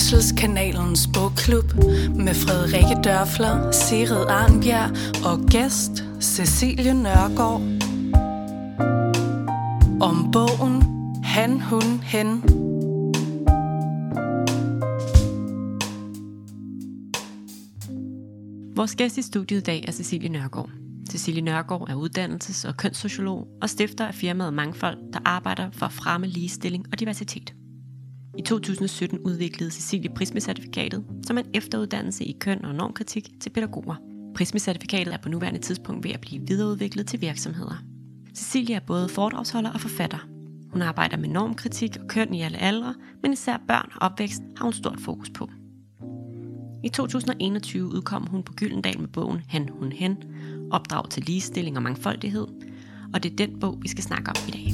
Fødselskanalens bogklub med Frederikke Dørfler, Sigrid Arnbjerg og gæst Cecilie Nørgaard. Om bogen Han, Hun, Hen. Vores gæst i studiet i dag er Cecilie Nørgaard. Cecilie Nørgaard er uddannelses- og kønssociolog og stifter af firmaet Mangfold, der arbejder for at fremme ligestilling og diversitet. I 2017 udviklede Cecilie Prisme-certifikatet som en efteruddannelse i køn- og normkritik til pædagoger. Prisme-certifikatet er på nuværende tidspunkt ved at blive videreudviklet til virksomheder. Cecilie er både foredragsholder og forfatter. Hun arbejder med normkritik og køn i alle aldre, men især børn og opvækst har hun stort fokus på. I 2021 udkom hun på Gyldendal med bogen Han, Hun, Hen, opdrag til ligestilling og mangfoldighed, og det er den bog, vi skal snakke om i dag.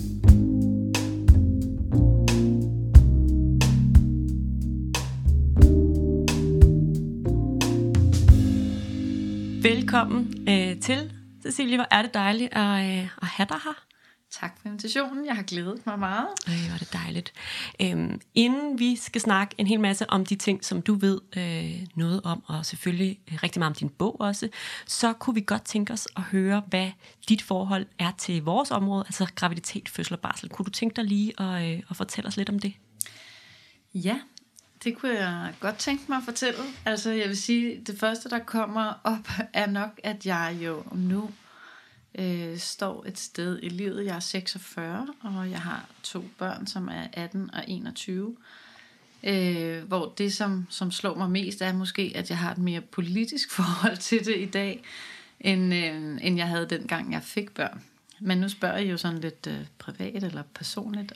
Velkommen til, Cecilie. Hvor er det dejligt at have dig her. Tak for invitationen. Jeg har glædet mig meget. Hvor er det dejligt. Inden vi skal snakke en hel masse om de ting, som du ved noget om, og selvfølgelig rigtig meget om din bog også, så kunne vi godt tænke os at høre, hvad dit forhold er til vores område, altså graviditet, fødsel og barsel. Kunne du tænke dig lige at fortælle os lidt om det? Ja, det kunne jeg godt tænke mig at fortælle. Altså jeg vil sige, det første, der kommer op, er nok, at jeg jo nu står et sted i livet. Jeg er 46, og jeg har 2 børn, som er 18 og 21. Hvor det, som slår mig mest, er måske, at jeg har et mere politisk forhold til det i dag, end jeg havde dengang, jeg fik børn. Men nu spørger jeg jo sådan lidt privat eller personligt,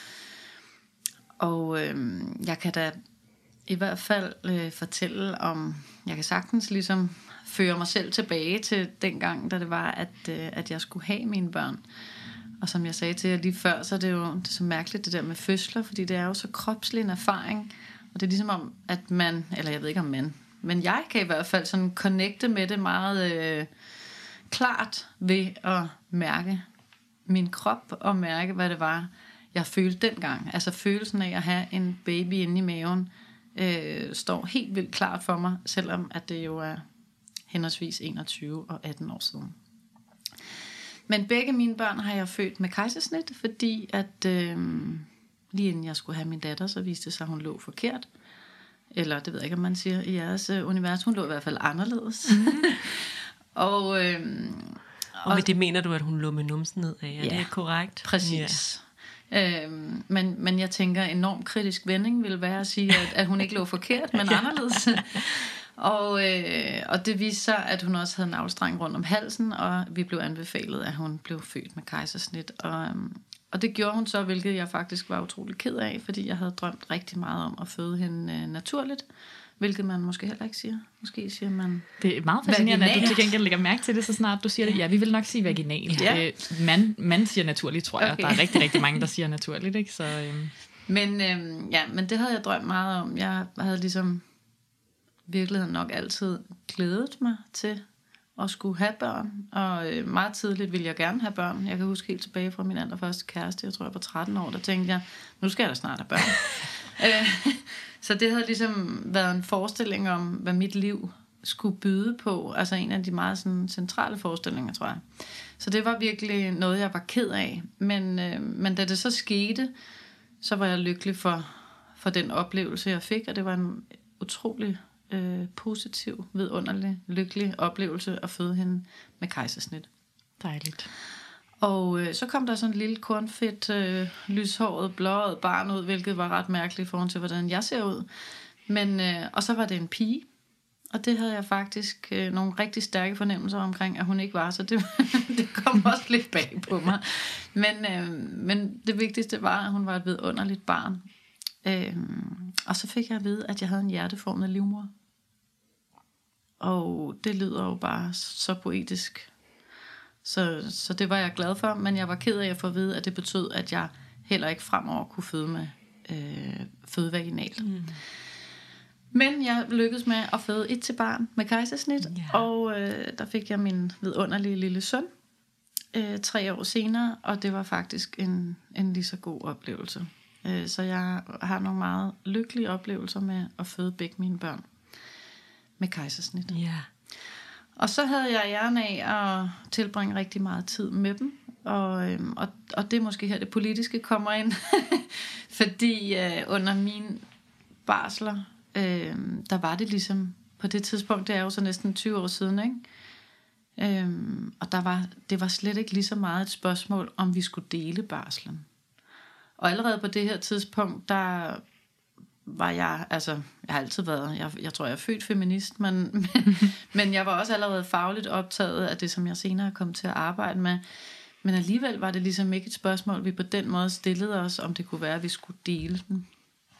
og jeg kan da i hvert fald fortælle om, jeg kan sagtens ligesom føre mig selv tilbage til dengang, da det var, at jeg skulle have mine børn. Og som jeg sagde til jer lige før, så er det jo så mærkeligt det der med fødsler, fordi det er jo så kropslig en erfaring. Og det er ligesom om, at man, eller jeg ved ikke om man, men jeg kan i hvert fald sådan connecte med det meget klart ved at mærke min krop og mærke, hvad det var, jeg følte dengang. Altså følelsen af at have en baby inde i maven står helt vildt klart for mig, selvom at det jo er henholdsvis 21 og 18 år siden. Men begge mine børn har jeg født med kejsersnit, fordi at lige inden jeg skulle have min datter, så viste det sig, at hun lå forkert. Eller det ved jeg ikke, om man siger i jeres univers. Hun lå i hvert fald anderledes. Og med det mener du, at hun lå med numsen ned af? Er det korrekt? Præcis. Ja. Men jeg tænker, en enormt kritisk vending ville være at sige, at hun ikke lå forkert, men anderledes. Og det viste sig, at hun også havde navlestreng rundt om halsen, og vi blev anbefalet, at hun blev født med kejsersnit. Og det gjorde hun så, hvilket jeg faktisk var utrolig ked af, fordi jeg havde drømt rigtig meget om at føde hende naturligt, hvilket man måske heller ikke siger. Måske siger man det er meget fascinerende, at du til gengæld lægger mærke til det, så snart du siger det. Ja, vi vil nok sige vaginal. Ja. Man siger naturligt, tror jeg. Okay. Der er rigtig, rigtig mange, der siger naturligt, ikke? Så, Men det havde jeg drømt meget om. Jeg havde ligesom virkeligheden nok altid glædet mig til at skulle have børn, og meget tidligt ville jeg gerne have børn. Jeg kan huske helt tilbage fra min allerførste kæreste, jeg tror jeg var 13 år, der tænkte jeg, nu skal jeg da snart have børn. Så det havde ligesom været en forestilling om, hvad mit liv skulle byde på, altså en af de meget sådan centrale forestillinger, tror jeg. Så det var virkelig noget, jeg var ked af, men da det så skete, så var jeg lykkelig for den oplevelse, jeg fik, og det var en utrolig positiv, vidunderlig, lykkelig oplevelse at føde hende med kejsersnit. Dejligt. Og så kom der sådan en lille kornfedt, lyshåret, blåret barn ud, hvilket var ret mærkeligt i forhold til, hvordan jeg ser ud. Men, og så var det en pige, og det havde jeg faktisk nogle rigtig stærke fornemmelser omkring, at hun ikke var, så det kom også lidt bag på mig. Men det vigtigste var, at hun var et vidunderligt barn. Og så fik jeg at vide, at jeg havde en hjerteformet livmor. Og det lyder jo bare så poetisk. Så det var jeg glad for, men jeg var ked af at få at vide, at det betød, at jeg heller ikke fremover kunne føde vaginalt. Men jeg lykkedes med at føde 1 til barn med kejsersnit, og der fik jeg min vidunderlige lille søn 3 år senere, og det var faktisk en lige så god oplevelse. Så jeg har nogle meget lykkelige oplevelser med at føde begge mine børn med kejsersnit. Ja. Og så havde jeg æren af at tilbringe rigtig meget tid med dem. Og det er måske her det politiske kommer ind. Fordi under mine barsler, der var det ligesom på det tidspunkt, det er jo så næsten 20 år siden, ikke? Og det var slet ikke lige så meget et spørgsmål, om vi skulle dele barslen. Og allerede på det her tidspunkt, der var jeg, altså jeg har altid været, jeg tror jeg er født feminist, men jeg var også allerede fagligt optaget af det, som jeg senere kom til at arbejde med. Men alligevel var det ligesom ikke et spørgsmål, vi på den måde stillede os, om det kunne være, at vi skulle dele den.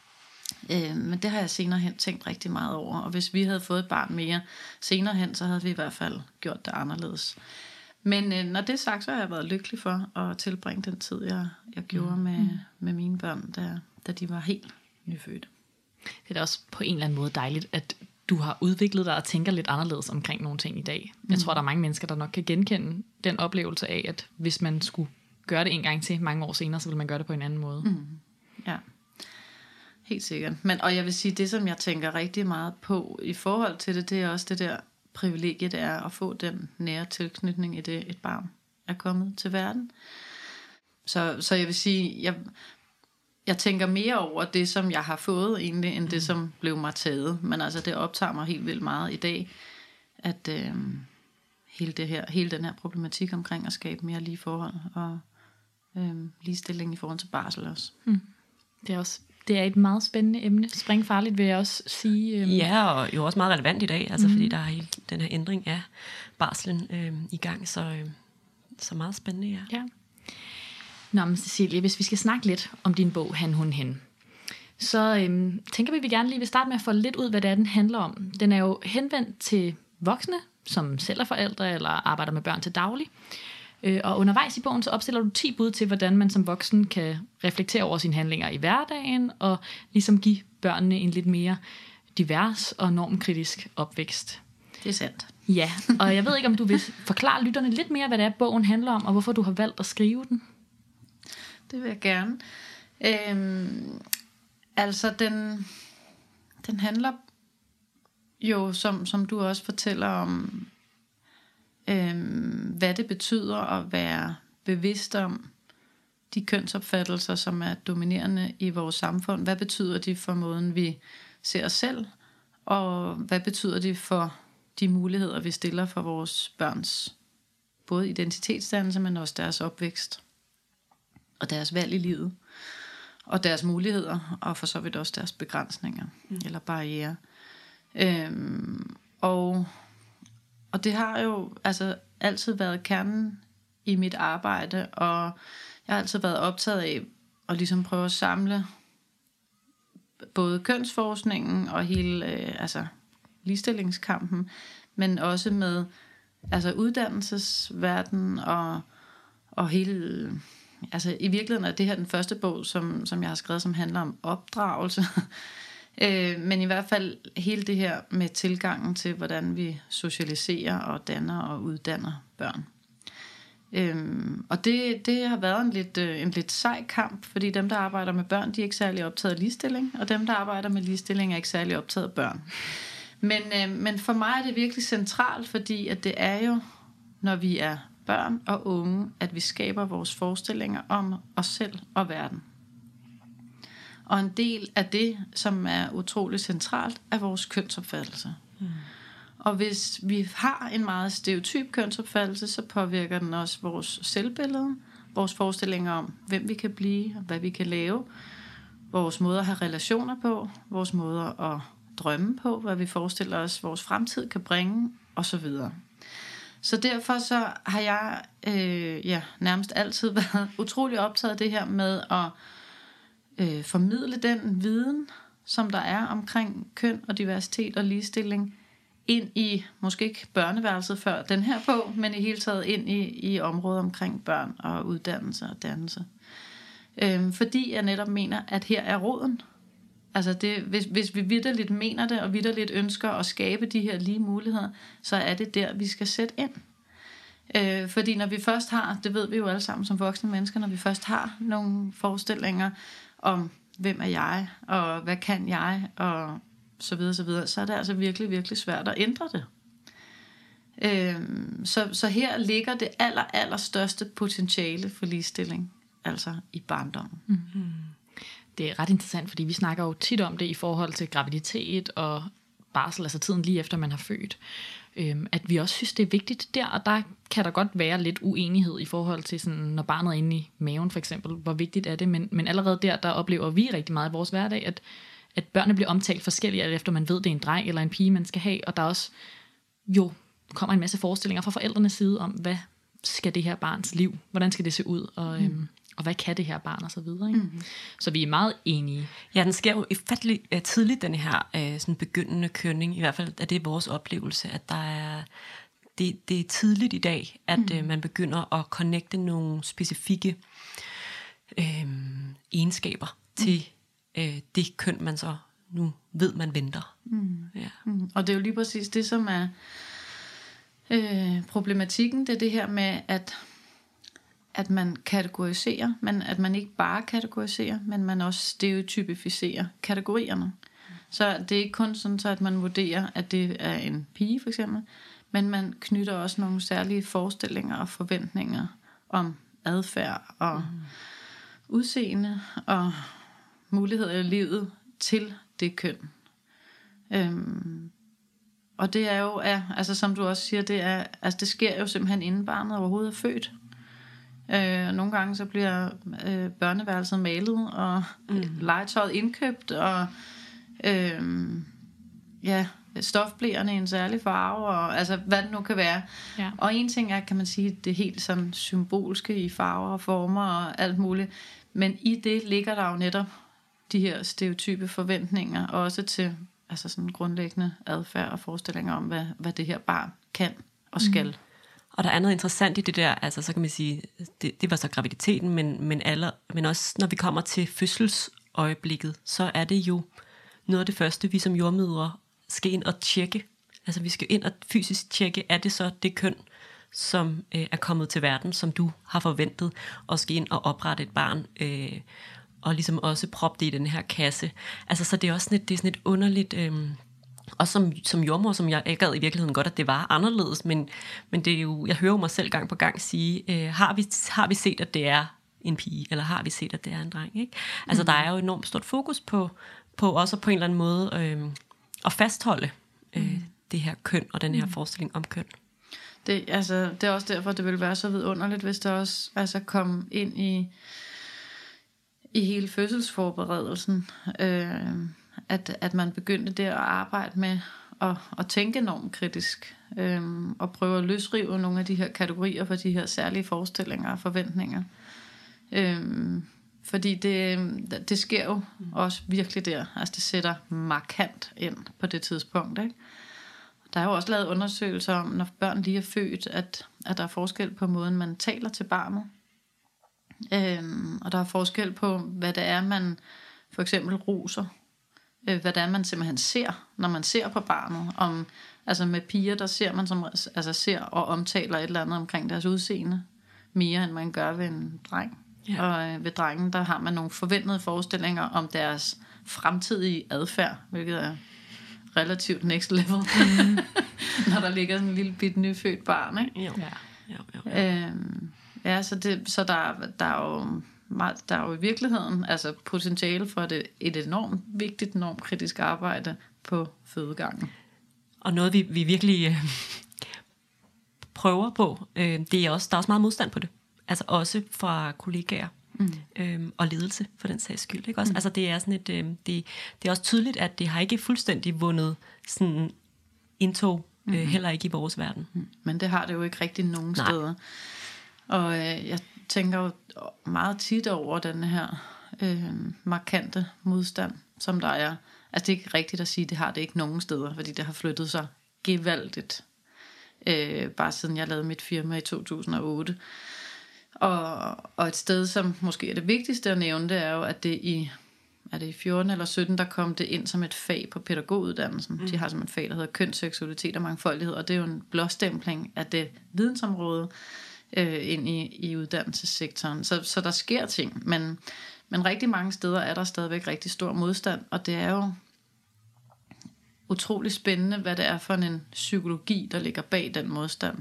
Men det har jeg senere hen tænkt rigtig meget over, og hvis vi havde fået et barn mere senere hen, så havde vi i hvert fald gjort det anderledes. Men når det er sagt, så har jeg været lykkelig for at tilbringe den tid, jeg gjorde med mine børn, da de var helt nyfødte. Det er da også på en eller anden måde dejligt, at du har udviklet dig og tænker lidt anderledes omkring nogle ting i dag. Jeg tror, der er mange mennesker, der nok kan genkende den oplevelse af, at hvis man skulle gøre det en gang til mange år senere, så ville man gøre det på en anden måde. Ja, helt sikkert. Og jeg vil sige, det som jeg tænker rigtig meget på i forhold til det, det er også det der privilegie, det er at få den nære tilknytning i det, et barn er kommet til verden. Så jeg vil sige, jeg tænker mere over det, som jeg har fået egentlig, end det, som blev mig taget. Men altså, det optager mig helt vildt meget i dag, at hele den her problematik omkring at skabe mere lige forhold og ligestilling i forhold til barsel også. Det er et meget spændende emne. Springfarligt vil jeg også sige. Ja, og jo også meget relevant i dag, altså fordi der er hele den her ændring af barslen i gang, så meget spændende, ja. Ja. Nå, men Cecilie, hvis vi skal snakke lidt om din bog, Han, Hun, Hen, så tænker vi gerne lige vil starte med at få lidt ud, hvad det er, den handler om. Den er jo henvendt til voksne, som selv er forældre eller arbejder med børn til daglig. Og undervejs i bogen, så opstiller du 10 bud til, hvordan man som voksen kan reflektere over sine handlinger i hverdagen, og ligesom give børnene en lidt mere divers og normkritisk opvækst. Det er sandt. Ja, og jeg ved ikke, om du vil forklare lytterne lidt mere, hvad det er, bogen handler om, og hvorfor du har valgt at skrive den. Det vil jeg gerne. Altså, den handler jo, som du også fortæller om, hvad det betyder at være bevidst om de kønsopfattelser, som er dominerende i vores samfund. Hvad betyder de for måden, vi ser os selv, og hvad betyder de for de muligheder, vi stiller for vores børns både identitetsdannelse, men også deres opvækst og deres valg i livet, og deres muligheder, og for så vidt også deres begrænsninger eller barrierer. Og det har jo altså altid været kernen i mit arbejde, og jeg har altid været optaget af at ligesom prøve at samle både kønsforskningen og hele ligestillingskampen, men også med uddannelsesverden og hele, altså i virkeligheden er det her den første bog, som jeg har skrevet, som handler om opdragelse. Men i hvert fald hele det her med tilgangen til, hvordan vi socialiserer og danner og uddanner børn. Og det har været en lidt sej kamp, fordi dem, der arbejder med børn, de er ikke særlig optaget af ligestilling, og dem, der arbejder med ligestilling, er ikke særlig optaget af børn. Men for mig er det virkelig centralt, fordi at det er jo, når vi er børn og unge, at vi skaber vores forestillinger om os selv og verden. Og en del af det, som er utroligt centralt, er vores kønsopfattelse. Og hvis vi har en meget stereotyp kønsopfattelse, så påvirker den også vores selvbillede, vores forestillinger om, hvem vi kan blive, og hvad vi kan lave, vores måder at have relationer på, vores måder at drømme på, hvad vi forestiller os, vores fremtid kan bringe, osv. Så derfor så har jeg nærmest altid været utrolig optaget af det her med at formidle den viden, som der er omkring køn og diversitet og ligestilling, ind i, måske ikke børneværelset før den her bog, men i hele taget ind i området omkring børn og uddannelse og dannelse. Fordi jeg netop mener, at her er roden. Altså hvis vi vitterligt mener det, og vitterligt ønsker at skabe de her lige muligheder, så er det der, vi skal sætte ind. Fordi når vi først har, det ved vi jo alle sammen som voksne mennesker, når vi først har nogle forestillinger om, hvem er jeg, og hvad kan jeg, og så videre, så er det altså virkelig, virkelig svært at ændre det. Så her ligger det allerstørste potentiale for ligestilling, altså i barndommen. Mm-hmm. Det er ret interessant, fordi vi snakker jo tit om det i forhold til graviditet og barsel, altså tiden lige efter man har født. At vi også synes, det er vigtigt der, og der kan der godt være lidt uenighed i forhold til, sådan, når barnet er inde i maven for eksempel, hvor vigtigt er det, men allerede der oplever vi rigtig meget i vores hverdag, at børnene bliver omtalt forskelligt, alt efter man ved, det er en dreng eller en pige, man skal have, og der også jo kommer en masse forestillinger fra forældrenes side om, hvad skal det her barns liv, hvordan skal det se ud, og hvad kan det her barn, og så videre. Ikke? Mm-hmm. Så vi er meget enige. Ja, den sker jo ufattelig tidligt, den her sådan begyndende kønning. I hvert fald er det vores oplevelse, at det er tidligt i dag, at man begynder at connecte nogle specifikke egenskaber til det køn, man så nu ved, man venter. Ja. Og det er jo lige præcis det, som er problematikken. Det er det her med, at man kategoriserer, men at man ikke bare kategoriserer, men man også stereotypificerer kategorierne. Så det er ikke kun sådan, så at man vurderer, at det er en pige for eksempel, men man knytter også nogle særlige forestillinger og forventninger om adfærd og udseende og muligheder i livet til det køn. Og det er jo, altså som du også siger, det sker jo simpelthen inden barnet overhovedet er født. Nogle gange så bliver børneværelset malet og legetøjet indkøbt og stofbleerne i en særlig farve og altså hvad det nu kan være. Ja. Og en ting er, kan man sige, det helt sådan symbolske i farver og former og alt muligt, men i det ligger der jo netop de her stereotype forventninger også til altså sådan grundlæggende adfærd og forestillinger om hvad det her barn kan og skal. Og der er noget interessant i det der, altså så kan man sige, det var så graviditeten, men også når vi kommer til fødselsøjeblikket, så er det jo noget af det første, vi som jordmødre skal ind og tjekke. Altså vi skal ind og fysisk tjekke, er det så det køn, som er kommet til verden, som du har forventet, og skal ind og oprette et barn, og ligesom også proppe det i den her kasse. Altså så det er også sådan et underligt... Og som jordmor, som jeg gad i virkeligheden godt, at det var anderledes, men det er jo, jeg hører mig selv gang på gang sige, har vi set, at det er en pige, eller har vi set, at det er en dreng, ikke? Altså der er jo enormt stort fokus på også på en eller anden måde at fastholde det her køn, og den her forestilling om køn. Det er også derfor, det vil være så vidunderligt, hvis det også kom ind i hele fødselsforberedelsen, at man begyndte der at arbejde med at tænke enormt kritisk, og prøve at løsrive nogle af de her kategorier for de her særlige forestillinger og forventninger. Fordi det sker jo også virkelig der. Altså det sætter markant ind på det tidspunkt, ikke? Der er jo også lavet undersøgelser om, når børn lige er født, at der er forskel på måden, man taler til barnet. Og der er forskel på, hvad det er, man for eksempel roser. Hvad det er, man simpelthen ser, når man ser på barnet. Altså med piger, der ser man ser og omtaler et eller andet omkring deres udseende, mere end man gør ved en dreng. Ja. Og ved drengen, der har man nogle forventede forestillinger om deres fremtidige adfærd, hvilket er relativt next level, når der ligger sådan en lille bit nyfødt barn, ikke? Jo. Så der er jo i virkeligheden altså potentiale for et enormt vigtigt, enormt kritisk arbejde på fødegangen. Og noget vi virkelig prøver på, det er også, der er også meget modstand på det. Altså også fra kollegaer og ledelse for den sags skyld, ikke også? Altså det er sådan det er også tydeligt, at det har ikke fuldstændig vundet sådan indtog, heller ikke i vores verden. Men det har det jo ikke rigtig nogen steder. Og jeg tænker jo meget tit over den her markante modstand, som der er. Altså det er ikke rigtigt at sige, at det har det ikke nogen steder, fordi det har flyttet sig gevaldigt. Bare siden jeg lavede mit firma i 2008. Og et sted, som måske er det vigtigste at nævne, det er jo, at det i 14 eller 17, der kom det ind som et fag på pædagoguddannelsen. De har som et fag, der hedder køn, seksualitet og mangfoldighed, og det er jo en blåstempling af det vidensområde ind i uddannelsessektoren. Så der sker ting, Men rigtig mange steder er der stadigvæk rigtig stor modstand, og det er jo utrolig spændende, hvad det er for en psykologi, der ligger bag den modstand.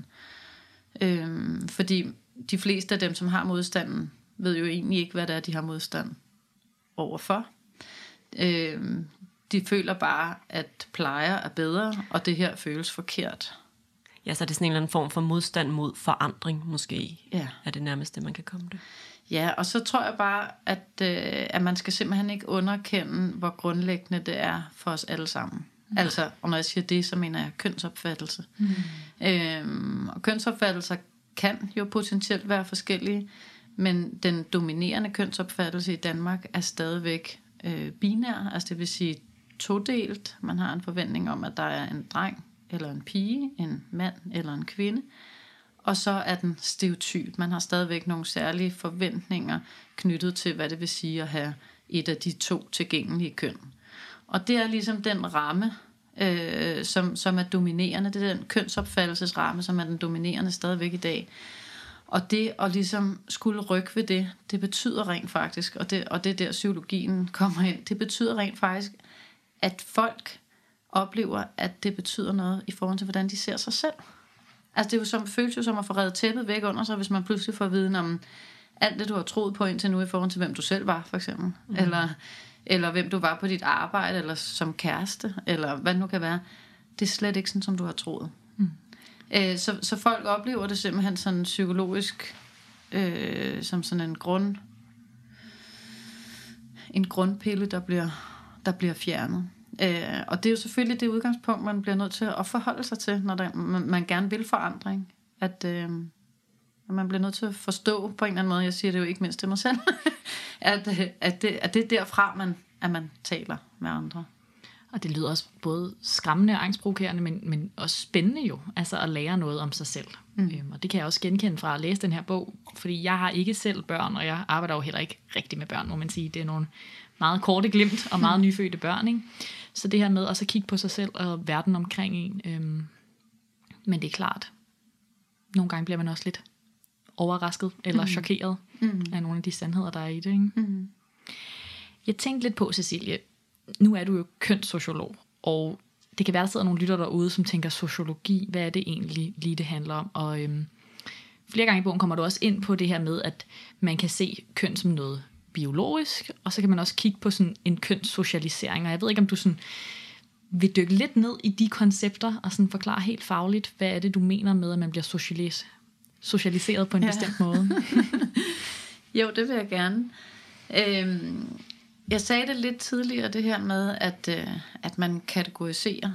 Fordi de fleste af dem, som har modstanden, ved jo egentlig ikke, hvad det er, de har modstand overfor. De føler bare, at plejer er bedre, og det her føles forkert. Ja, så er det sådan en eller anden form for modstand mod forandring, måske. Ja. Er det nærmeste, man kan komme det. Ja, og så tror jeg bare, at man skal simpelthen ikke underkende, hvor grundlæggende det er for os alle sammen. Altså, og når jeg siger det, så mener jeg kønsopfattelse. Og kønsopfattelser kan jo potentielt være forskellige, men den dominerende kønsopfattelse i Danmark er stadigvæk binær, altså det vil sige todelt. Man har en forventning om, at der er en dreng eller en pige, en mand eller en kvinde, og så er den stereotyp. Man har stadigvæk nogle særlige forventninger knyttet til, hvad det vil sige at have et af de 2 tilgængelige køn. Og det er ligesom den ramme, som er dominerende. Det er den kønsopfattelsesramme, som er den dominerende stadigvæk i dag. Og det at ligesom skulle rykke ved det betyder rent faktisk, og det er der psykologien kommer ind, det betyder rent faktisk, at folk oplever, at det betyder noget i forhold til, hvordan de ser sig selv. Altså det er jo føles jo som at få revet tæppet væk under sig, hvis man pludselig får viden om alt det, du har troet på indtil nu, i forhold til, hvem du selv var, for eksempel. Eller hvem du var på dit arbejde, eller som kæreste, eller hvad det nu kan være. Det er slet ikke sådan, som du har troet. Så folk oplever det simpelthen sådan psykologisk, som sådan en grundpille, der bliver fjernet. Og det er jo selvfølgelig det udgangspunkt, man bliver nødt til at forholde sig til, når man gerne vil forandring. At man bliver nødt til at forstå på en eller anden måde, jeg siger det jo ikke mindst til mig selv, at det er derfra, at man taler med andre. Og det lyder også både skræmmende og angstprovokerende, men også spændende jo, altså at lære noget om sig selv. Og det kan jeg også genkende fra at læse den her bog, fordi jeg har ikke selv børn, og jeg arbejder jo heller ikke rigtig med børn, må man sige. Det er nogle meget korte glimt og meget nyfødte børn, ikke? Så det her med også at kigge på sig selv og verden omkring en. Men det er klart, nogle gange bliver man også lidt overrasket eller chokeret af nogle af de sandheder, der er i det, ikke? Jeg tænkte lidt på, Cecilie, nu er du jo kønssociolog, og det kan være, der sidder nogle lytter derude, som tænker sociologi, hvad er det egentlig lige det handler om? Og flere gange i bogen kommer du også ind på det her med, at man kan se køn som noget biologisk, og så kan man også kigge på sådan en kønssocialisering, og jeg ved ikke, om du sådan vil dykke lidt ned i de koncepter, og sådan forklare helt fagligt, hvad er det, du mener med, at man bliver socialiseret på en bestemt måde? Jo, det vil jeg gerne. Jeg sagde det lidt tidligere, det her med, at man kategoriserer.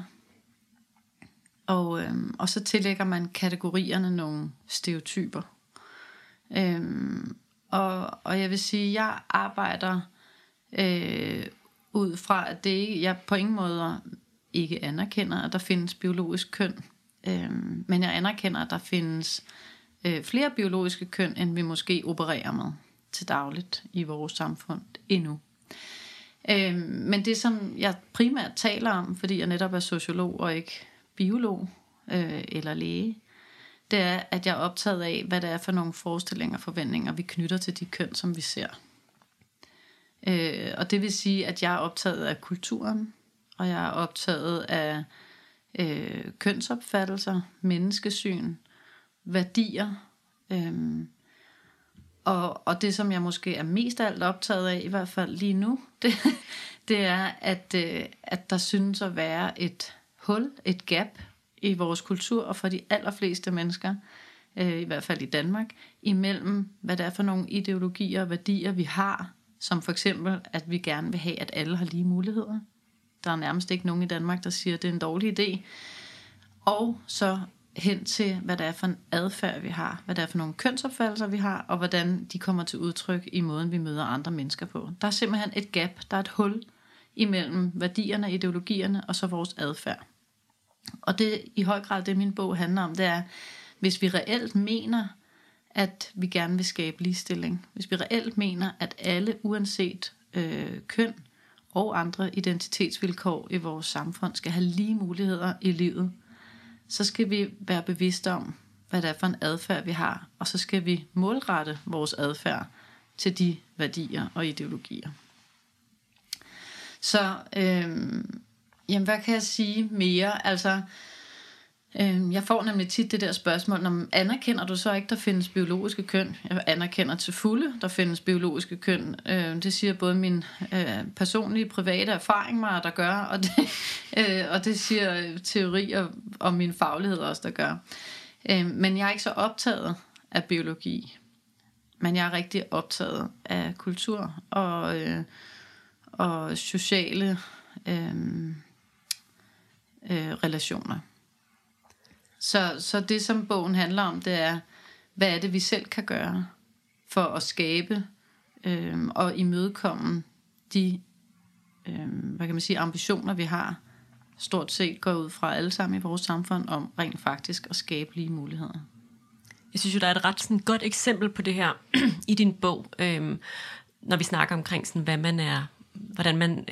Og så tillægger man kategorierne nogle stereotyper. Og jeg vil sige, at jeg arbejder ud fra, at jeg på ingen måde ikke anerkender, at der findes biologisk køn. Men jeg anerkender, at der findes flere biologiske køn, end vi måske opererer med til dagligt i vores samfund endnu. Men det, som jeg primært taler om, fordi jeg netop er sociolog og ikke biolog eller læge, det er, at jeg er optaget af, hvad det er for nogle forestillinger og forventninger, vi knytter til de køn, som vi ser. Og det vil sige, at jeg er optaget af kulturen, og jeg er optaget af kønsopfattelser, menneskesyn, værdier. Og det, som jeg måske er mest af alt optaget af, i hvert fald lige nu, det er, at der synes at være et hul, et gap i vores kultur, og for de allerfleste mennesker, i hvert fald i Danmark, imellem hvad det er for nogle ideologier og værdier, vi har, som for eksempel, at vi gerne vil have, at alle har lige muligheder. Der er nærmest ikke nogen i Danmark, der siger, at det er en dårlig idé. Og så hen til, hvad det er for en adfærd, vi har, hvad det er for nogle kønsopfattelser, vi har, og hvordan de kommer til udtryk i måden, vi møder andre mennesker på. Der er simpelthen et gap, der er et hul imellem værdierne, ideologierne og så vores adfærd. Og det i høj grad, det min bog handler om, det er, hvis vi reelt mener, at vi gerne vil skabe ligestilling, hvis vi reelt mener, at alle uanset køn og andre identitetsvilkår i vores samfund skal have lige muligheder i livet, så skal vi være bevidste om, hvad det er for en adfærd, vi har, og så skal vi målrette vores adfærd til de værdier og ideologier. Så jamen, hvad kan jeg sige mere? Altså, jeg får nemlig tit det der spørgsmål, anerkender du så ikke, der findes biologiske køn? Jeg anerkender til fulde, der findes biologiske køn. Det siger både min personlige, private erfaring mig, der gør, og det siger teori og min faglighed også, der gør. Men jeg er ikke så optaget af biologi, men jeg er rigtig optaget af kultur og sociale relationer. Så det, som bogen handler om, det er, hvad er det, vi selv kan gøre for at skabe og imødekomme de hvad kan man sige, ambitioner, vi har, stort set går ud fra alle sammen i vores samfund, om rent faktisk at skabe lige muligheder. Jeg synes jo, der er et ret sådan, godt eksempel på det her i din bog, når vi snakker omkring, sådan, hvad man er, hvordan man,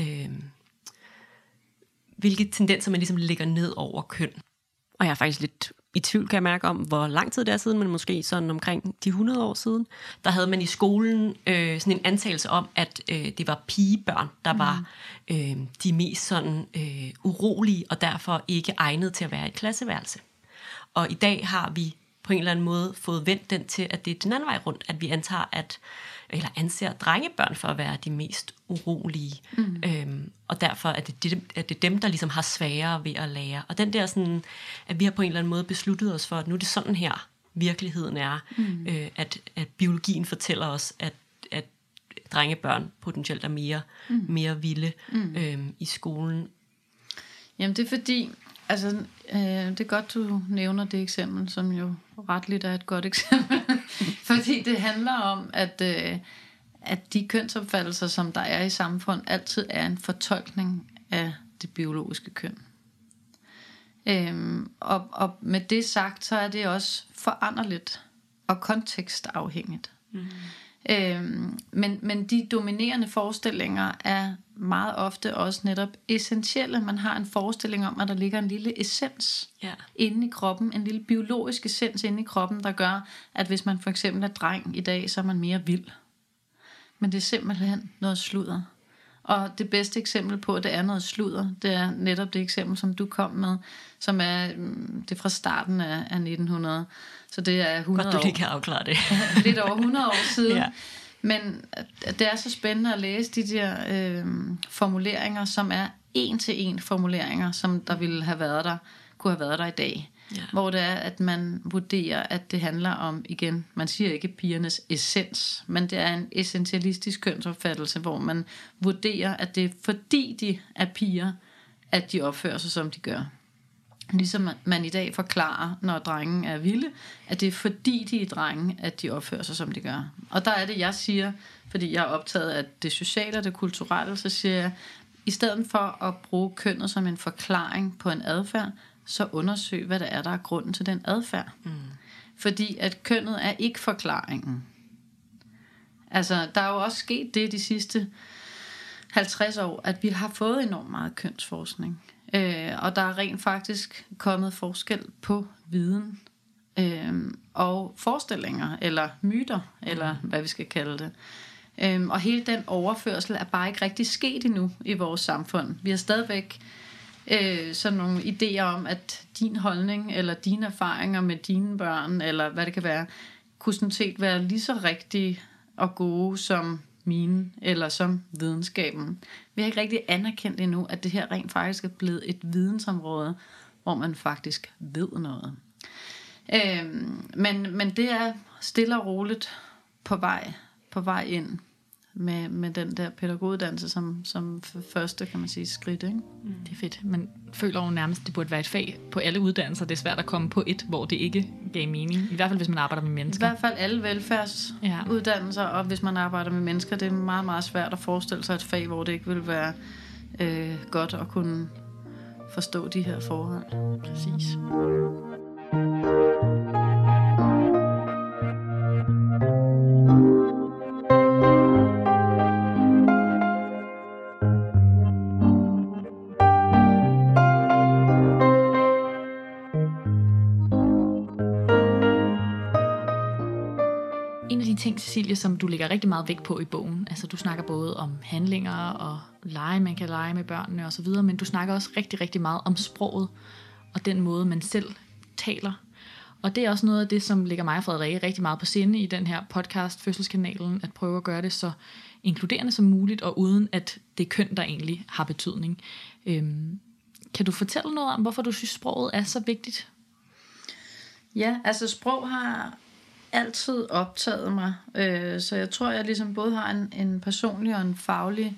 hvilke tendenser man ligesom lægger ned over køn. Og jeg er faktisk lidt i tvivl, kan jeg mærke, om hvor lang tid det er siden, men måske sådan omkring de 100 år siden. Der havde man i skolen sådan en antagelse om, at det var pigebørn, der var de mest sådan urolige, og derfor ikke egnet til at være i et klasseværelse. Og i dag har vi på en eller anden måde fået vendt den til, at det er den anden vej rundt, at vi anser drengebørn for at være de mest urolige. Og derfor er det dem, der ligesom har sværere ved at lære. Og den der sådan, at vi har på en eller anden måde besluttet os for, at nu er det sådan her, virkeligheden er. At biologien fortæller os, at drengebørn potentielt er mere vilde i skolen. Jamen det er fordi, altså det er godt, du nævner det eksempel, som jo retligt er et godt eksempel. Fordi det handler om, at de kønsopfattelser, som der er i samfundet, altid er en fortolkning af det biologiske køn. Og med det sagt, så er det også foranderligt og kontekstafhængigt. Men de dominerende forestillinger er meget ofte også netop essentielle. Man har en forestilling om, at der ligger en lille essens inde i kroppen, en lille biologisk essens inde i kroppen, der gør, at hvis man for eksempel er dreng i dag, så er man mere vild. Men det er simpelthen noget sludder. Og det bedste eksempel på, at det er noget sludder, det er netop det eksempel, som du kom med, som er det fra starten af 1900. Så det er 100 år. Godt, du lige kan afklare det. Lidt over 100 år siden. Ja. Men det er så spændende at læse de der formuleringer, som er en-til-en formuleringer, som der ville have været der, kunne have været der i dag. Ja. Hvor det er, at man vurderer, at det handler om, igen, man siger ikke pigernes essens, men det er en essentialistisk kønsopfattelse, hvor man vurderer, at det er fordi de er piger, at de opfører sig, som de gør. Ligesom man i dag forklarer, når drengen er vilde, at det er fordi de er drenge, at de opfører sig, som de gør. Og der er det, jeg siger, fordi jeg er optaget af det sociale og det kulturelle, så siger jeg, i stedet for at bruge kønnet som en forklaring på en adfærd, så undersøg, hvad der er grunden til den adfærd. Fordi at kønnet er ikke forklaringen. Altså, der er jo også sket det de sidste 50 år, at vi har fået enormt meget kønsforskning. Og der er rent faktisk kommet forskel på viden og forestillinger, eller myter, eller hvad vi skal kalde det. Og hele den overførsel er bare ikke rigtig sket endnu i vores samfund. Vi har stadigvæk sådan nogle idéer om, at din holdning, eller dine erfaringer med dine børn, eller hvad det kan være, kunne sådan set være lige så rigtige og gode som mine, eller som videnskaben. Vi har ikke rigtig anerkendt endnu, at det her rent faktisk er blevet et vidensområde, hvor man faktisk ved noget. Men det er stille og roligt på vej ind med den der pædagoguddannelse som første, kan man sige, skridt, ikke? Det er fedt. Man føler jo nærmest, det burde være et fag på alle uddannelser. Det er svært at komme på et, hvor det ikke gav mening. I hvert fald, hvis man arbejder med mennesker. I hvert fald alle velfærdsuddannelser, og hvis man arbejder med mennesker, det er meget, meget svært at forestille sig et fag, hvor det ikke vil være godt at kunne forstå de her forhold. Præcis. En en af de ting, Cecilie, som du lægger rigtig meget vægt på i bogen. Altså du snakker både om handlinger og lege, man kan lege med børnene osv., men du snakker også rigtig, rigtig meget om sproget og den måde, man selv taler. Og det er også noget af det, som ligger mig og Frederikke rigtig meget på sinde i den her podcast, Fødselskanalen, at prøve at gøre det så inkluderende som muligt, og uden at det køn, der egentlig har betydning. Kan du fortælle noget om, hvorfor du synes, sproget er så vigtigt? Ja, altså sprog har altid optaget mig, så jeg tror, jeg ligesom både har en personlig og en faglig,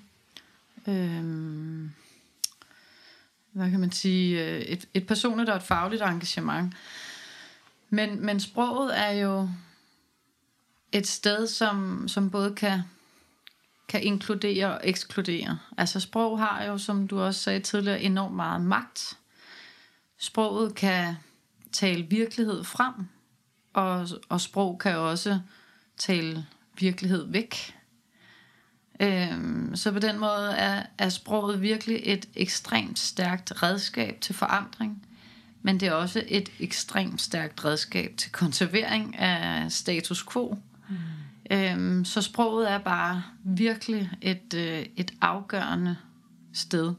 hvad kan man sige, et personligt og et fagligt engagement. Men sproget er jo et sted, som både kan inkludere og ekskludere. Altså sprog har jo, som du også sagde tidligere, enormt meget magt. Sproget kan tale virkelighed frem, og sprog kan også tale virkelighed væk. Så på den måde er sproget virkelig et ekstremt stærkt redskab til forandring, men det er også et ekstremt stærkt redskab til konservering af status quo. Så sproget er bare virkelig et afgørende sted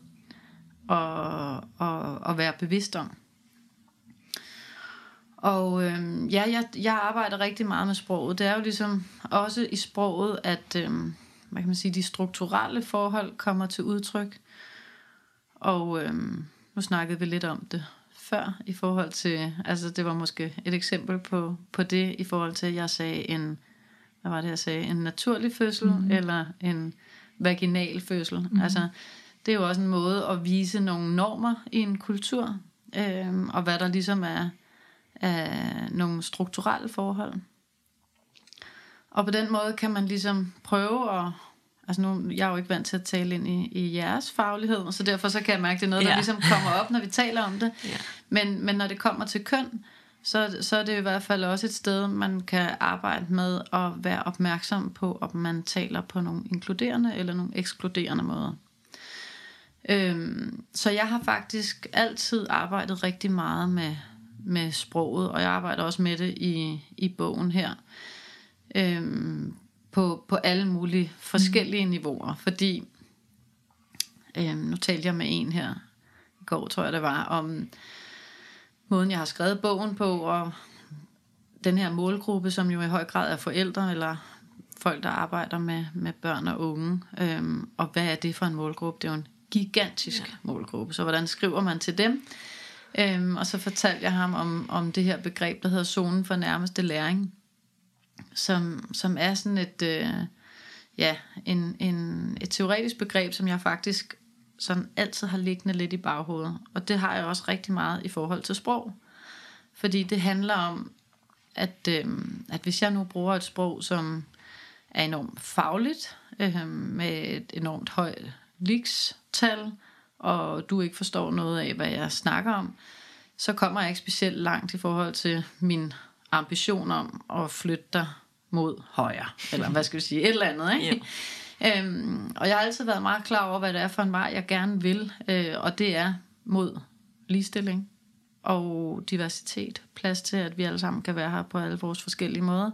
at være bevidst om. Og jeg arbejder rigtig meget med sproget. Det er jo ligesom også i sproget, at hvad kan man sige, de strukturelle forhold kommer til udtryk. Og nu snakkede vi lidt om det før i forhold til, altså det var måske et eksempel på det i forhold til, at jeg sagde en naturlig fødsel eller en vaginal fødsel. Altså det er jo også en måde at vise nogle normer i en kultur, og hvad der ligesom er nogle strukturelle forhold. Og på den måde kan man ligesom prøve at, altså nu, jeg er jo ikke vant til at tale ind i jeres faglighed, så derfor så kan jeg mærke, at det er noget, der ligesom kommer op, når vi taler om det. Men når det kommer til køn, så er det i hvert fald også et sted, man kan arbejde med at være opmærksom på, om man taler på nogle inkluderende eller nogle ekskluderende måder. Så jeg har faktisk altid arbejdet rigtig meget med sproget, og jeg arbejder også med det i bogen her, på alle mulige forskellige niveauer, fordi nu talte jeg med en her i går, tror jeg det var, om måden jeg har skrevet bogen på, og den her målgruppe, som jo i høj grad er forældre eller folk, der arbejder med børn og unge, og hvad er det for en målgruppe? Det er jo en gigantisk målgruppe, så hvordan skriver man til dem? Og så fortalte jeg ham om det her begreb, der hedder zonen for nærmeste læring, som er sådan et teoretisk begreb, som jeg faktisk sådan altid har liggende lidt i baghovedet. Og det har jeg også rigtig meget i forhold til sprog. Fordi det handler om, at hvis jeg nu bruger et sprog, som er enormt fagligt, med et enormt højt ligestal, og du ikke forstår noget af, hvad jeg snakker om, så kommer jeg ikke specielt langt i forhold til min ambition om at flytte dig mod højre, eller hvad skal vi sige, et eller andet, ikke? Og jeg har altid været meget klar over, hvad det er for en vej, jeg gerne vil, og det er mod ligestilling og diversitet, plads til, at vi alle sammen kan være her på alle vores forskellige måder.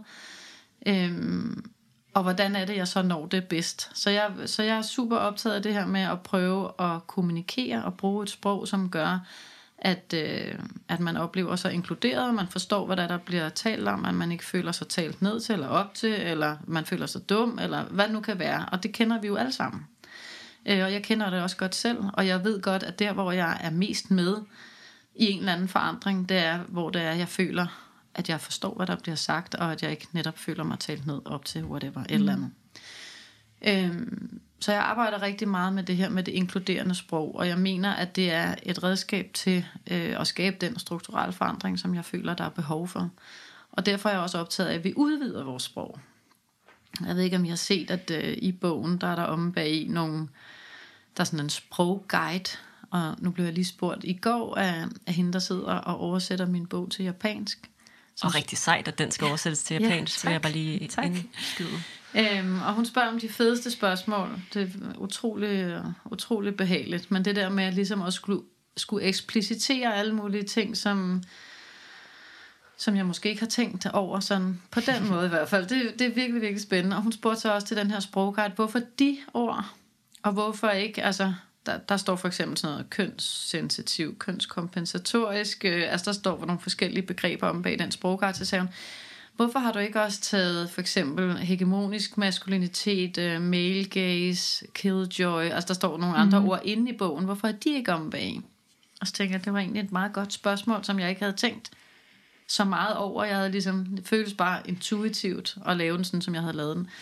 Og hvordan er det, jeg så når det bedst? Så jeg er super optaget af det her med at prøve at kommunikere og bruge et sprog, som gør, at man oplever sig inkluderet, man forstår, hvad der bliver talt om, at man ikke føler sig talt ned til eller op til, eller man føler sig dum, eller hvad det nu kan være. Og det kender vi jo alle sammen. Og jeg kender det også godt selv, og jeg ved godt, at der, hvor jeg er mest med i en eller anden forandring, det er, hvor det er, jeg føler, at jeg forstår, hvad der bliver sagt, og at jeg ikke netop føler mig talt ned op til whatever, et eller andet. Så jeg arbejder rigtig meget med det her med det inkluderende sprog, og jeg mener, at det er et redskab til at skabe den strukturelle forandring, som jeg føler, der er behov for. Og derfor er jeg også optaget af, at vi udvider vores sprog. Jeg ved ikke, om I har set, at i bogen, der er der omme bag der er sådan en sprogguide, og nu blev jeg lige spurgt i går af hende, der sidder og oversætter min bog til japansk. Og rigtig sejt, at den skal oversættes til japansk, så jeg bare lige indskyde. Og hun spørger om de fedeste spørgsmål. Det er utrolig behageligt. Men det der med ligesom at skulle eksplicitere alle mulige ting, som som jeg måske ikke har tænkt over sådan, på den måde i hvert fald. Det er virkelig, virkelig spændende. Og hun spurgte så også til den her sprogguide, hvorfor de ord, og hvorfor ikke, altså, der står for eksempel sådan noget kønssensitiv, kønskompensatorisk, altså der står nogle forskellige begreber om bag den sprogguide, så sagde hun, hvorfor har du ikke også taget for eksempel hegemonisk maskulinitet, male gaze, killjoy, altså der står nogle andre ord inde i bogen, hvorfor er de ikke om bag? Og så tænkte jeg, det var egentlig et meget godt spørgsmål, som jeg ikke havde tænkt så meget over. Jeg havde ligesom, det føltes bare intuitivt at lave den sådan, som jeg havde lavet den.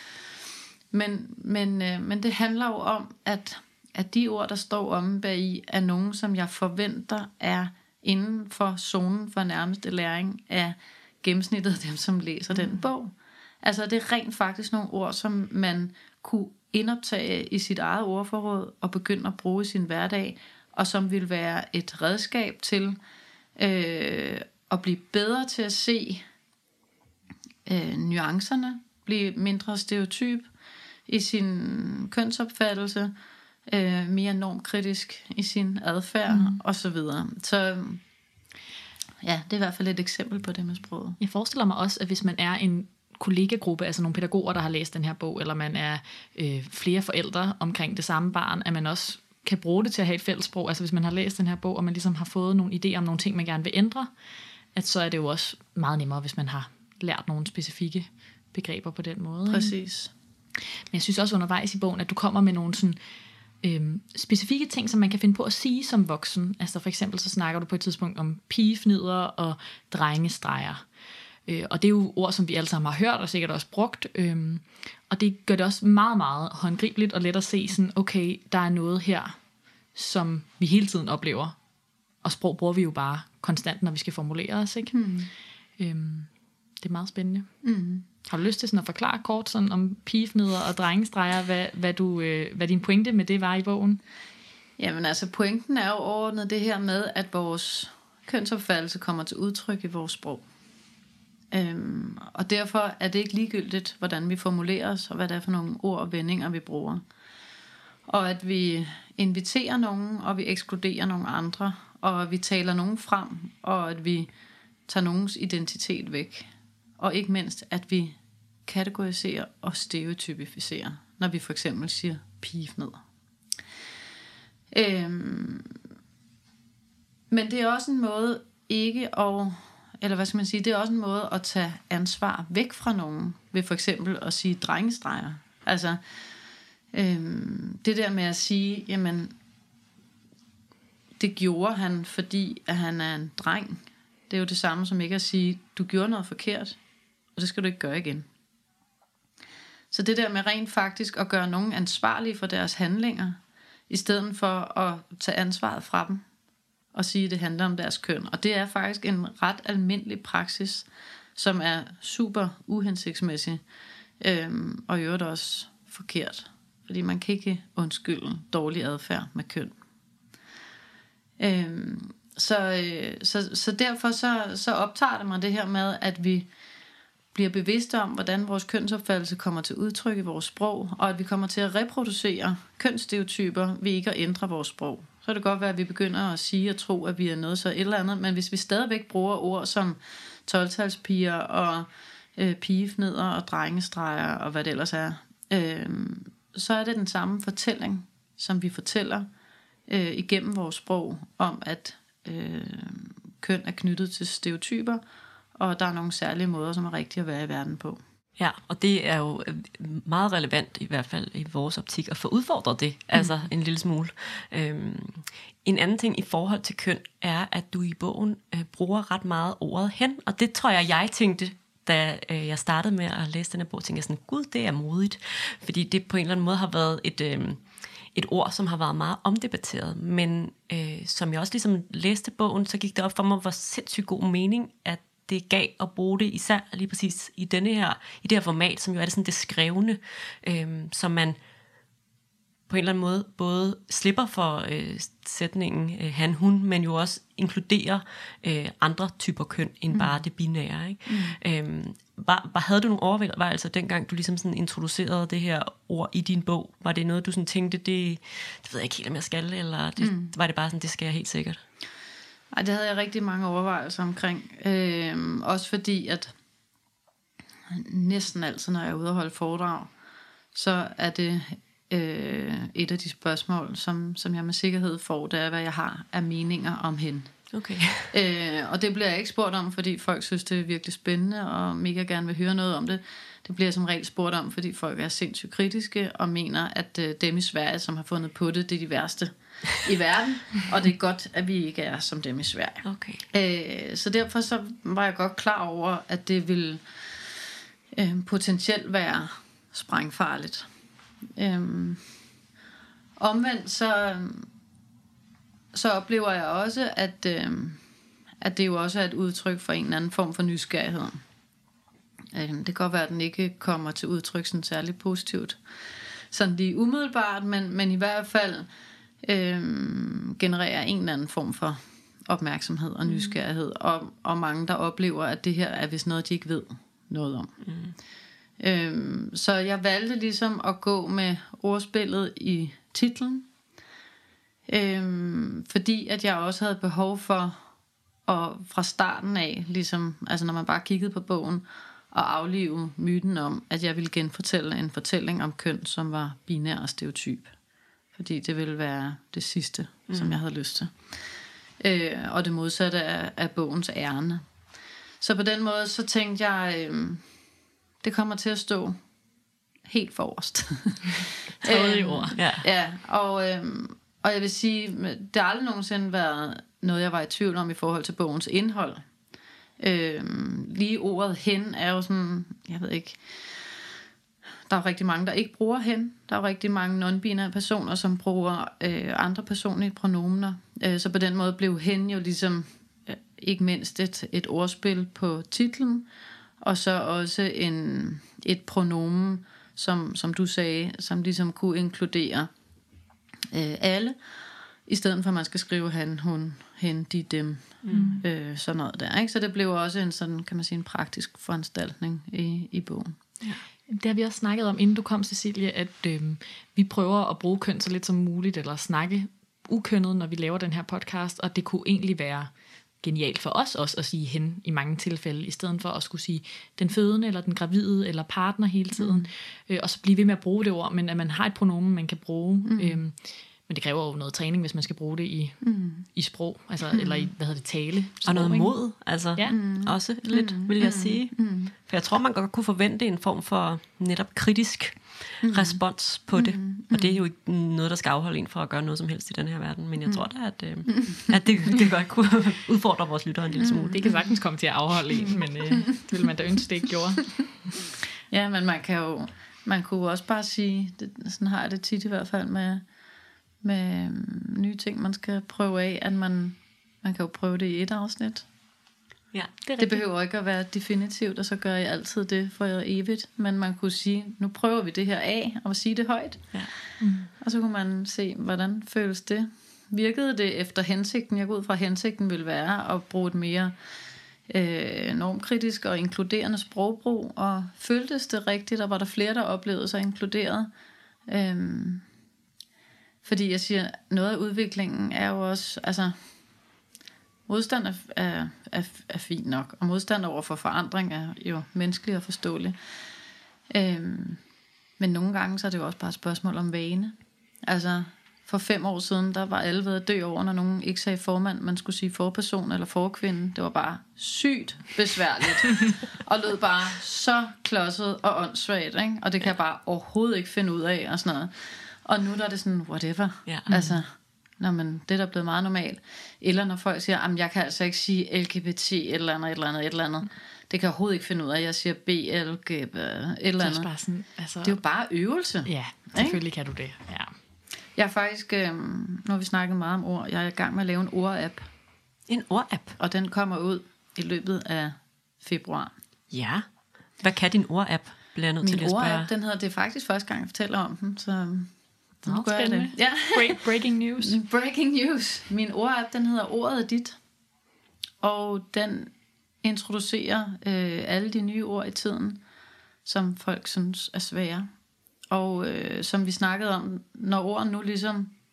Men det handler jo om, at de ord, der står om bagi, er nogen, som jeg forventer er inden for zonen for nærmeste læring af gennemsnittet af dem, som læser den bog. Altså det er rent faktisk nogle ord, som man kunne indoptage i sit eget ordforråd og begynde at bruge i sin hverdag, og som vil være et redskab til at blive bedre til at se nuancerne, blive mindre stereotyp i sin kønsopfattelse, mere normkritisk i sin adfærd og så videre. Så ja, det er i hvert fald et eksempel på det med sproget. Jeg forestiller mig også, at hvis man er en kollegagruppe, altså nogle pædagoger, der har læst den her bog, eller man er flere forældre omkring det samme barn, at man også kan bruge det til at have et fællessprog. Altså hvis man har læst den her bog, og man ligesom har fået nogle idéer om nogle ting, man gerne vil ændre, at så er det jo også meget nemmere, hvis man har lært nogle specifikke begreber på den måde. Præcis. Men jeg synes også undervejs i bogen, at du kommer med nogle sådan specifikke ting, som man kan finde på at sige som voksen. Altså for eksempel så snakker du på et tidspunkt om pigefnider og drengestreger. Og det er jo ord, som vi alle sammen har hørt og sikkert også brugt. Og det gør det også meget, meget håndgribeligt og let at se sådan, okay, der er noget her, som vi hele tiden oplever. Og sprog bruger vi jo bare konstant, når vi skal formulere os, ikke? Det er meget spændende. Har du lyst til sådan at forklare kort sådan om pigefnider og drengestreger, hvad din pointe med det var i bogen? Jamen altså, pointen er jo overordnet det her med, at vores kønsopfattelse kommer til udtryk i vores sprog. Og derfor er det ikke ligegyldigt, hvordan vi formulerer os, og hvad det er for nogle ord og vendinger, vi bruger. Og at vi inviterer nogen, og vi ekskluderer nogle andre, og at vi taler nogen frem, og at vi tager nogens identitet væk. Og ikke mindst, at vi kategoriserer og stereotypificerer, når vi for eksempel siger pigefnider. Men det er også en måde ikke at, eller hvad skal man sige, det er også en måde at tage ansvar væk fra nogen, ved for eksempel at sige drengestreger. Altså, det der med at sige, jamen, det gjorde han, fordi at han er en dreng. Det er jo det samme som ikke at sige, du gjorde noget forkert, og det skal du ikke gøre igen. Så det der med rent faktisk at gøre nogen ansvarlige for deres handlinger, i stedet for at tage ansvaret fra dem, og sige, at det handler om deres køn. Og det er faktisk en ret almindelig praksis, som er super uhensigtsmæssig, og i øvrigt også forkert. Fordi man kan ikke undskylde dårlig adfærd med køn. Så derfor så optager det mig det her med, at vi bliver bevidste om, hvordan vores kønsopfattelse kommer til udtryk i vores sprog, og at vi kommer til at reproducere kønsstereotyper ved ikke at ændre vores sprog. Så kan det godt være, at vi begynder at sige og tro, at vi er noget så et eller andet, men hvis vi stadigvæk bruger ord som 12-talspiger og pigefnider og drengestreger og hvad det ellers er, så er det den samme fortælling, som vi fortæller igennem vores sprog, om at køn er knyttet til stereotyper, og der er nogle særlige måder, som er rigtige at være i verden på. Ja, og det er jo meget relevant, i hvert fald i vores optik, at få udfordret det, altså en lille smule. En anden ting i forhold til køn, er, at du i bogen bruger ret meget ordet hen, og det tror jeg tænkte, da jeg startede med at læse den her bog, tænkte jeg sådan, gud, det er modigt, fordi det på en eller anden måde har været et ord, som har været meget omdebatteret, men som jeg også ligesom læste bogen, så gik det op for mig, hvor sindssygt god mening, at det gav at bruge det, især lige præcis i det her format, som jo er det sådan det skrevne, som man på en eller anden måde både slipper for sætningen han, hun, men jo også inkluderer andre typer køn end bare det binære. Ikke? Havde du nogle overvejelser dengang, du ligesom sådan introducerede det her ord i din bog? Var det noget, du sådan tænkte, det ved jeg ikke helt, om jeg skal, eller var det bare sådan, det skal jeg helt sikkert? Ej, det havde jeg rigtig mange overvejelser omkring. Også fordi, at næsten altid, når jeg er ude og holde foredrag, så er det et af de spørgsmål, som jeg med sikkerhed får, det er, hvad jeg har af meninger om hende. Okay. Og det bliver jeg ikke spurgt om, fordi folk synes, det er virkelig spændende, og mega gerne vil høre noget om det. Det bliver jeg som regel spurgt om, fordi folk er sindssygt kritiske, og mener, at dem i Sverige, som har fundet på det, det er de værste i verden, og det er godt, at vi ikke er som dem i Sverige. Okay. Så derfor så var jeg godt klar over, at det ville potentielt være sprængfarligt. Omvendt så oplever jeg også, at det jo også er et udtryk for en eller anden form for nysgerrighed. Det kan godt være, at den ikke kommer til udtryk sådan særligt positivt, sådan lige umiddelbart, men i hvert fald genererer en eller anden form for opmærksomhed og nysgerrighed, og mange, der oplever, at det her er vist noget, de ikke ved noget om. Så jeg valgte ligesom at gå med ordspillet i titlen, fordi at jeg også havde behov for at fra starten af, ligesom, altså når man bare kiggede på bogen, at aflive myten om, at jeg ville genfortælle en fortælling om køn, som var binær og stereotyp. Fordi det ville være det sidste, som jeg havde lyst til. Og det modsatte af bogens ærne. Så på den måde, så tænkte jeg, det kommer til at stå helt forrest. Tredje ord. Ja, og jeg vil sige, det har aldrig nogensinde været noget, jeg var i tvivl om i forhold til bogens indhold. Lige ordet hen er jo sådan, jeg ved ikke, der er rigtig mange, der ikke bruger hen. Der er rigtig mange non-binære personer, som bruger andre personlige pronomener. Så på den måde blev hen jo ligesom ikke mindst et ordspil på titlen, og så også et pronomen, som du sagde, som ligesom kunne inkludere alle, i stedet for at man skal skrive han, hun, hen, de, dem, sådan noget der, ikke? Så det blev også en sådan, kan man sige, en praktisk foranstaltning i bogen. Ja. Det har vi også snakket om, inden du kom, Cecilie, at vi prøver at bruge køn så lidt som muligt, eller snakke ukønnet, når vi laver den her podcast, og det kunne egentlig være genialt for os også at sige hen i mange tilfælde, i stedet for at skulle sige den fødende, eller den gravide, eller partner hele tiden, og så blive ved med at bruge det ord, men at man har et pronomen, man kan bruge, men det kræver jo noget træning, hvis man skal bruge det i sprog, altså, eller i, tale. Og noget mod, altså også lidt, vil jeg sige. For jeg tror, man godt kunne forvente en form for netop kritisk respons på det. Og det er jo ikke noget, der skal afholde en for at gøre noget som helst i den her verden. Men jeg tror da, at det godt kunne udfordre vores lyttere en lille smule. Det kan sagtens komme til at afholde en, men det vil man da ønske, det ikke gjorde. Ja, men man kunne også bare sige, sådan har jeg det tit i hvert fald med nye ting, man skal prøve af, at man kan jo prøve det i et afsnit. Ja, det behøver ikke at være definitivt, og så gør jeg altid det for evigt, men man kunne sige, nu prøver vi det her af, og sige det højt. Ja. Og så kunne man se, hvordan føles det. Virkede det efter hensigten? Jeg går ud fra, at hensigten ville være at bruge et mere normkritisk og inkluderende sprogbrug, og føltes det rigtigt, og var der flere, der oplevede sig inkluderet? Fordi jeg siger, noget af udviklingen er jo også, altså modstand er fint nok, og modstand over for forandring er jo menneskelig og forståelig. Men nogle gange så er det jo også bare et spørgsmål om vane. Altså for 5 år siden, der var alle ved at dø over, når nogen ikke sagde formand, man skulle sige forperson eller forkvinde. Det var bare sygt besværligt, og lød bare så klodset og åndssvagt, ikke? Og det kan jeg bare overhovedet ikke finde ud af, og sådan noget. Og nu der er det sådan, whatever. Ja. Altså, men det er da blevet meget normalt. Eller når folk siger, at jeg kan altså ikke sige LGBT, et eller andet. Det kan jeg overhovedet ikke finde ud af. Jeg siger BLG, et eller andet. Bare sådan, altså, det er jo bare øvelse. Ja, selvfølgelig kan du det. Ja. Jeg er faktisk, nu har vi snakket meget om ord, jeg er i gang med at lave en ordapp. En ordapp? Og den kommer ud i løbet af februar. Ja. Hvad kan din ordapp? Bliver jeg nødt til at spørge. Min ordapp, den hedder, det er faktisk første gang, jeg fortæller om den, så nu gør jeg det. Ja. Breaking news. Breaking news. Min ordapp, den hedder Ordet er dit. Og den introducerer alle de nye ord i tiden, som folk synes er svære. Og som vi snakkede om, når ord nu ligesom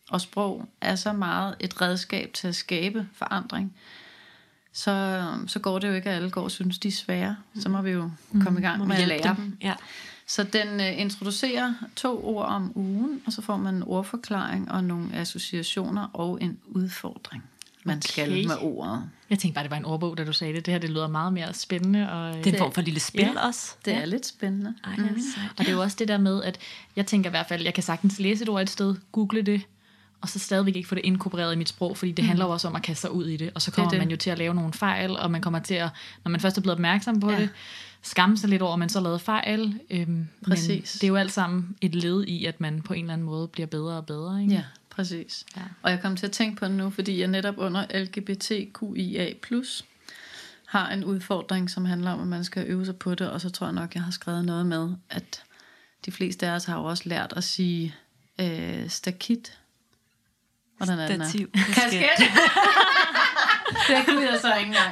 og sprog er så meget et redskab til at skabe forandring, så går det jo ikke, at alle går og synes, de er svære. Så må vi jo komme i gang med at lære dem. Ja. Så den introducerer 2 ord om ugen, og så får man en ordforklaring og nogle associationer og en udfordring, man skal med ordet. Jeg tænkte bare, det var en ordbog, da du sagde det. Det her, det lyder meget mere spændende. Og Det er en form for lille spil også. Det er lidt spændende. Ej, Og det er jo også det der med, at jeg tænker i hvert fald, jeg kan sagtens læse et ord et sted, google det, og så stadigvæk ikke få det inkorporeret i mit sprog, fordi det handler jo også om at kaste sig ud i det, og så kommer man jo til at lave nogle fejl, og man kommer til at, når man først er blevet opmærksom på det, skamme sig lidt over, at man så lavede fejl. Præcis. Men det er jo alt sammen et led i, at man på en eller anden måde bliver bedre og bedre. Ikke? Ja, præcis. Ja. Og jeg kom til at tænke på det nu, fordi jeg netop under LGBTQIA+, har en udfordring, som handler om, at man skal øve sig på det, og så tror jeg nok, jeg har skrevet noget med, at de fleste af os har jo også lært at sige stakit. Hvordan er den her? Stativ. Kasket. Det kunne jeg så ikke engang.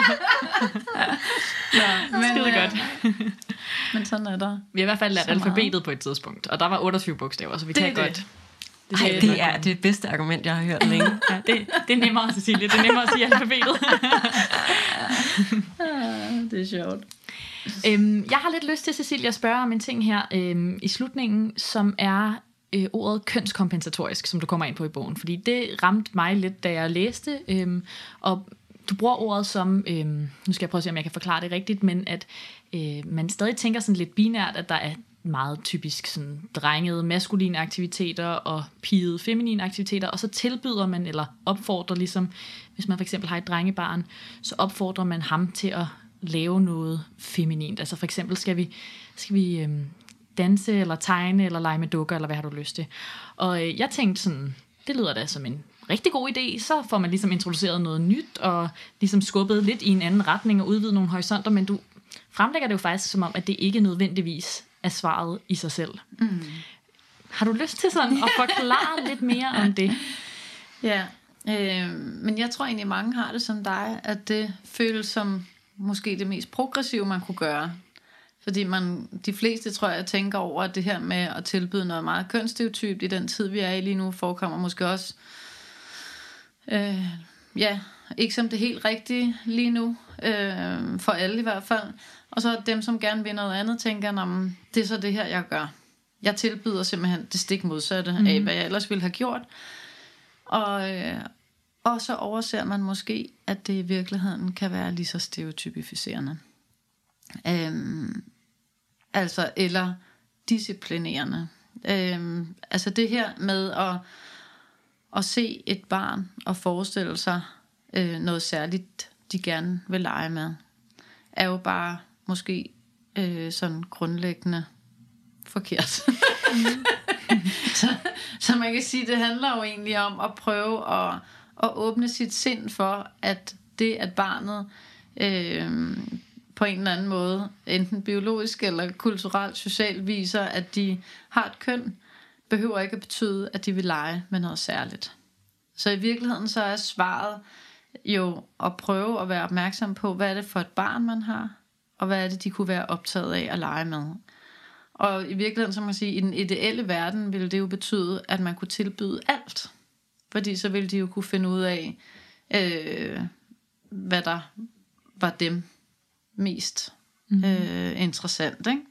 Skide godt. Men sådan er der. Vi har i hvert fald lært alfabetet på et tidspunkt, og der var 28 bogstaver, så vi kan godt. Det er det bedste argument, jeg har hørt længe. Ja, det er nemmere, Cecilie. Det er nemmere at sige alfabetet. Det er sjovt. Jeg har lidt lyst til, Cecilie, at spørge om en ting her i slutningen, som er ordet kønskompensatorisk, som du kommer ind på i bogen. Fordi det ramte mig lidt, da jeg læste. Og du bruger ordet som, nu skal jeg prøve at se, om jeg kan forklare det rigtigt, men at man stadig tænker sådan lidt binært, at der er meget typisk sådan drengede maskuline aktiviteter og pigede feminine aktiviteter, og så tilbyder man eller opfordrer ligesom, hvis man for eksempel har et drengebarn, så opfordrer man ham til at lave noget feminint. Altså for eksempel skal vi danse eller tegne eller lege med dukker, eller hvad har du lyst til. Og jeg tænkte sådan, det lyder da som en rigtig god idé, så får man ligesom introduceret noget nyt og ligesom skubbet lidt i en anden retning og udvidet nogle horisonter, men du fremlægger det jo faktisk som om, at det ikke nødvendigvis er svaret i sig selv. Har du lyst til sådan at forklare lidt mere om det? Ja, men jeg tror egentlig, mange har det som dig, at det føles som måske det mest progressive, man kunne gøre. Fordi de fleste, tror jeg, tænker over, at det her med at tilbyde noget meget kønsstereotypt i den tid, vi er i lige nu, forekommer måske også ikke som det helt rigtige lige nu, for alle i hvert fald. Og så dem, som gerne vil noget andet, tænker, det er så det her, jeg gør. Jeg tilbyder simpelthen det stik modsatte af, hvad jeg ellers ville have gjort. Og så overser man måske, at det i virkeligheden kan være lige så stereotypificerende. Eller disciplinerende. Altså det her med at se et barn og forestille sig noget særligt, de gerne vil lege med, er jo bare måske sådan grundlæggende forkert. Så man kan sige, det handler jo egentlig om at prøve at åbne sit sind for, at det, at barnet på en eller anden måde, enten biologisk eller kulturelt, socialt, viser, at de har et køn, behøver ikke at betyde, at de vil lege med noget særligt. Så i virkeligheden så er svaret jo at prøve at være opmærksom på, hvad er det for et barn, man har, og hvad er det, de kunne være optaget af at lege med. Og i virkeligheden, som man siger, i den ideelle verden, ville det jo betyde, at man kunne tilbyde alt. Fordi så ville de jo kunne finde ud af, hvad der var dem mest interessant, ikke?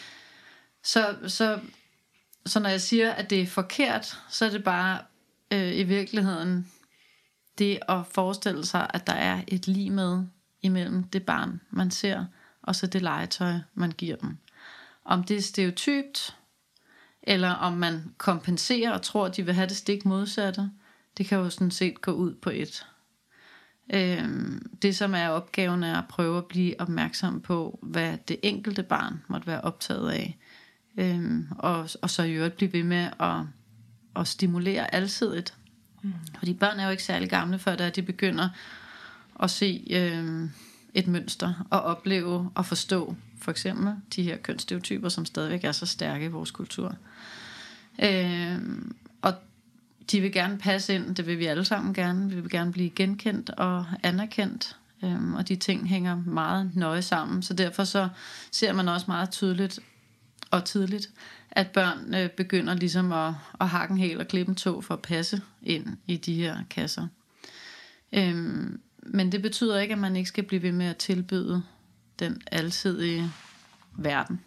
Så når jeg siger, at det er forkert, så er det bare i virkeligheden det at forestille sig, at der er et lig med imellem det barn, man ser, og så det legetøj, man giver dem. Om det er stereotypt, eller om man kompenserer og tror, at de vil have det stik modsatte, det kan jo sådan set gå ud på et. Det som er opgaven er at prøve at blive opmærksom på, hvad det enkelte barn måtte være optaget af, og så i øvrigt blive ved med at stimulere alsidigt. Fordi børn er jo ikke særlig gamle, før de begynder at se et mønster og opleve og forstå for eksempel de her kønsstereotyper, som stadigvæk er så stærke i vores kultur. Og de vil gerne passe ind, det vil vi alle sammen gerne. Vi vil gerne blive genkendt og anerkendt, og de ting hænger meget nøje sammen. Så derfor så ser man også meget tydeligt og tidligt, at børn begynder ligesom at hakke en hæl og klippe en tå for at passe ind i de her kasser. Men det betyder ikke, at man ikke skal blive ved med at tilbyde den alsidige verden.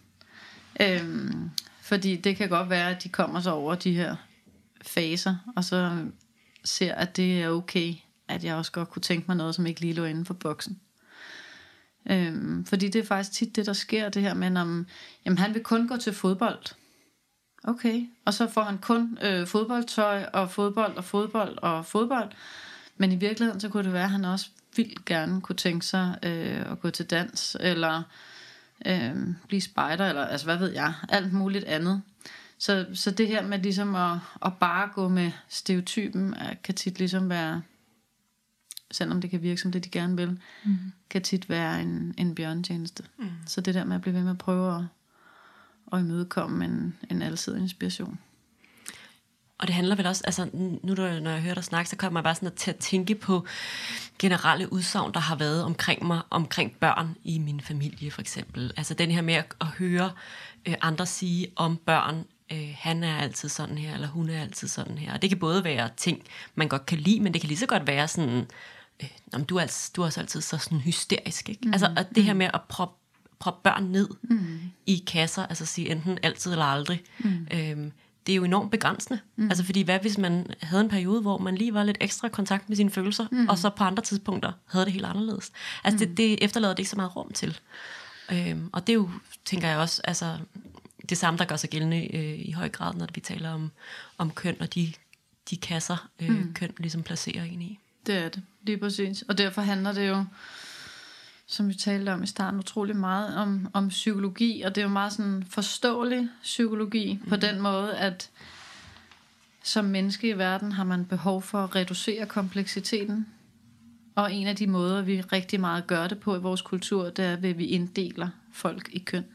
Fordi det kan godt være, at de kommer så over de her faser, og så ser, at det er okay, at jeg også godt kunne tænke mig noget, som ikke lige lå inden for boksen. Fordi det er faktisk tit det, der sker, det her med, jamen han vil kun gå til fodbold. Okay, og så får han kun fodboldtøj og fodbold. Men i virkeligheden, så kunne det være, at han også vildt gerne kunne tænke sig at gå til dans, eller blive spejder, eller altså hvad ved jeg, alt muligt andet. Så det her med ligesom at bare gå med stereotypen, kan tit ligesom være, selvom det kan virke som det, de gerne vil, kan tit være en bjørnetjeneste. Så det der med at blive ved med at prøve at imødekomme en alsidig inspiration. Og det handler vel også, altså nu når jeg hører dig snakke, så kommer jeg bare sådan til at tænke på generelle udsagn, der har været omkring mig, omkring børn i min familie for eksempel. Altså den her med at høre andre sige om børn, han er altid sådan her, eller hun er altid sådan her. Og det kan både være ting, man godt kan lide, men det kan lige så godt være sådan, du er også altid så sådan hysterisk, ikke? Altså og det her med at proppe børn ned i kasser, altså sige enten altid eller aldrig, det er jo enormt begrænsende. Altså fordi hvad hvis man havde en periode, hvor man lige var lidt ekstra i kontakt med sine følelser, og så på andre tidspunkter havde det helt anderledes. Altså det efterlader det ikke så meget rum til. Og det er jo, tænker jeg også, altså det samme, der gør sig gældende i høj grad, når vi taler om køn, og de kasser, køn ligesom placerer en i. Det er det, lige præcis. Og derfor handler det jo, som vi talte om i starten, utrolig meget om psykologi, og det er jo meget sådan forståelig psykologi, på den måde, at som menneske i verden har man behov for at reducere kompleksiteten, og en af de måder, vi rigtig meget gør det på i vores kultur, det er, at vi inddeler folk i køn.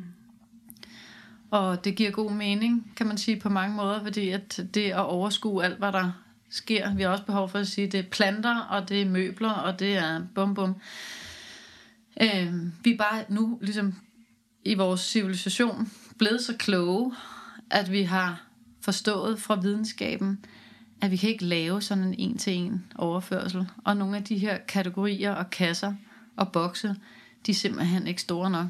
Og det giver god mening, kan man sige, på mange måder, fordi at det at overskue alt, hvad der sker, vi har også behov for at sige, det er planter, og det er møbler, og det er bum. Vi er bare nu ligesom i vores civilisation blevet så kloge, at vi har forstået fra videnskaben, at vi kan ikke lave sådan en en-til-en overførsel. Og nogle af de her kategorier og kasser og bokse, de er simpelthen ikke store nok.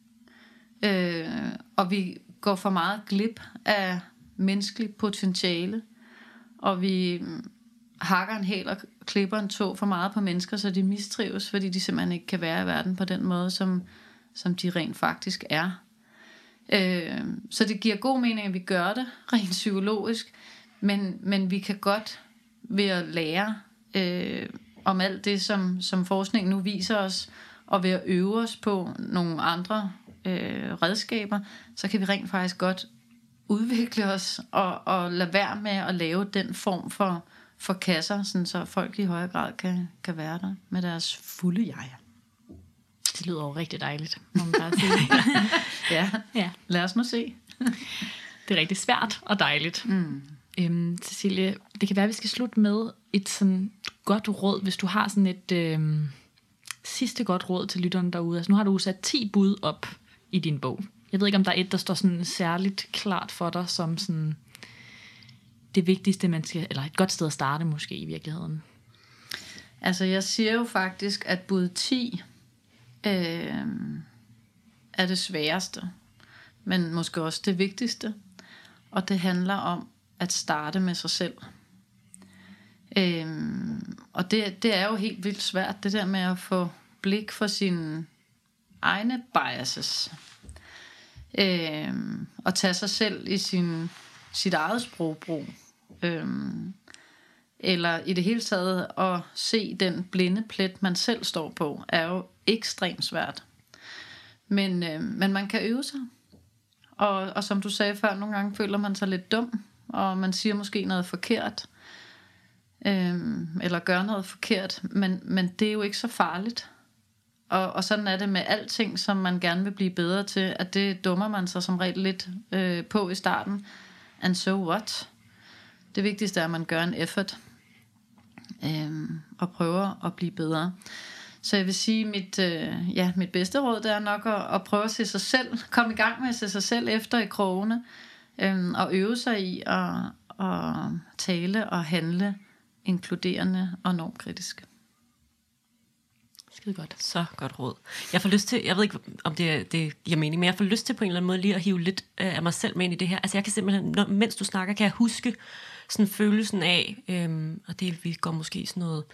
Og vi går for meget glip af menneskelig potentiale, og vi hakker en hæl og klipper en tå for meget på mennesker, så de mistrives, fordi de simpelthen ikke kan være i verden på den måde, som de rent faktisk er. Så det giver god mening, at vi gør det rent psykologisk, men vi kan godt ved at lære om alt det, som forskningen nu viser os, og ved at øve os på nogle andre redskaber, så kan vi rent faktisk godt udvikle os og lade være med at lave den form for kasser, sådan så folk i højere grad kan være der med deres fulde jeg. Det lyder jo rigtig dejligt, må man bare sige. Ja, lad os nu se. Det er rigtig svært og dejligt. Cecilie, det kan være, at vi skal slutte med et sådan godt råd, hvis du har sådan et sidste godt råd til lytterne derude. Altså nu har du sat 10 bud op i din bog. Jeg ved ikke, om der er et, der står sådan særligt klart for dig, som sådan det vigtigste, man skal, eller et godt sted at starte måske i virkeligheden. Altså jeg siger jo faktisk, at bud 10 er det sværeste, men måske også det vigtigste. Og det handler om at starte med sig selv. Og det er jo helt vildt svært, det der med at få blik for sine egne biases. Og tage sig selv i sit eget sprogbrug. Eller i det hele taget at se den blinde plet, man selv står på, er jo ekstremt svært. Men man kan øve sig. Og som du sagde før, nogle gange føler man sig lidt dum, og man siger måske noget forkert, eller gør noget forkert, men det er jo ikke så farligt. Og sådan er det med alting, som man gerne vil blive bedre til, at det dummer man sig som regel lidt på i starten. And so what? Det vigtigste er, at man gør en effort og prøver at blive bedre. Så jeg vil sige, mit bedste råd, det er nok at prøve at se sig selv, komme i gang med at se sig selv efter i krogene, og øve sig i at tale og handle inkluderende og normkritisk. Skide godt. Så godt råd. Jeg får lyst til, jeg ved ikke, om det giver mening, men jeg får lyst til på en eller anden måde lige at hive lidt af mig selv med ind i det her. Altså jeg kan simpelthen, mens du snakker, kan jeg huske sådan følelsen af, og det vi går måske sådan noget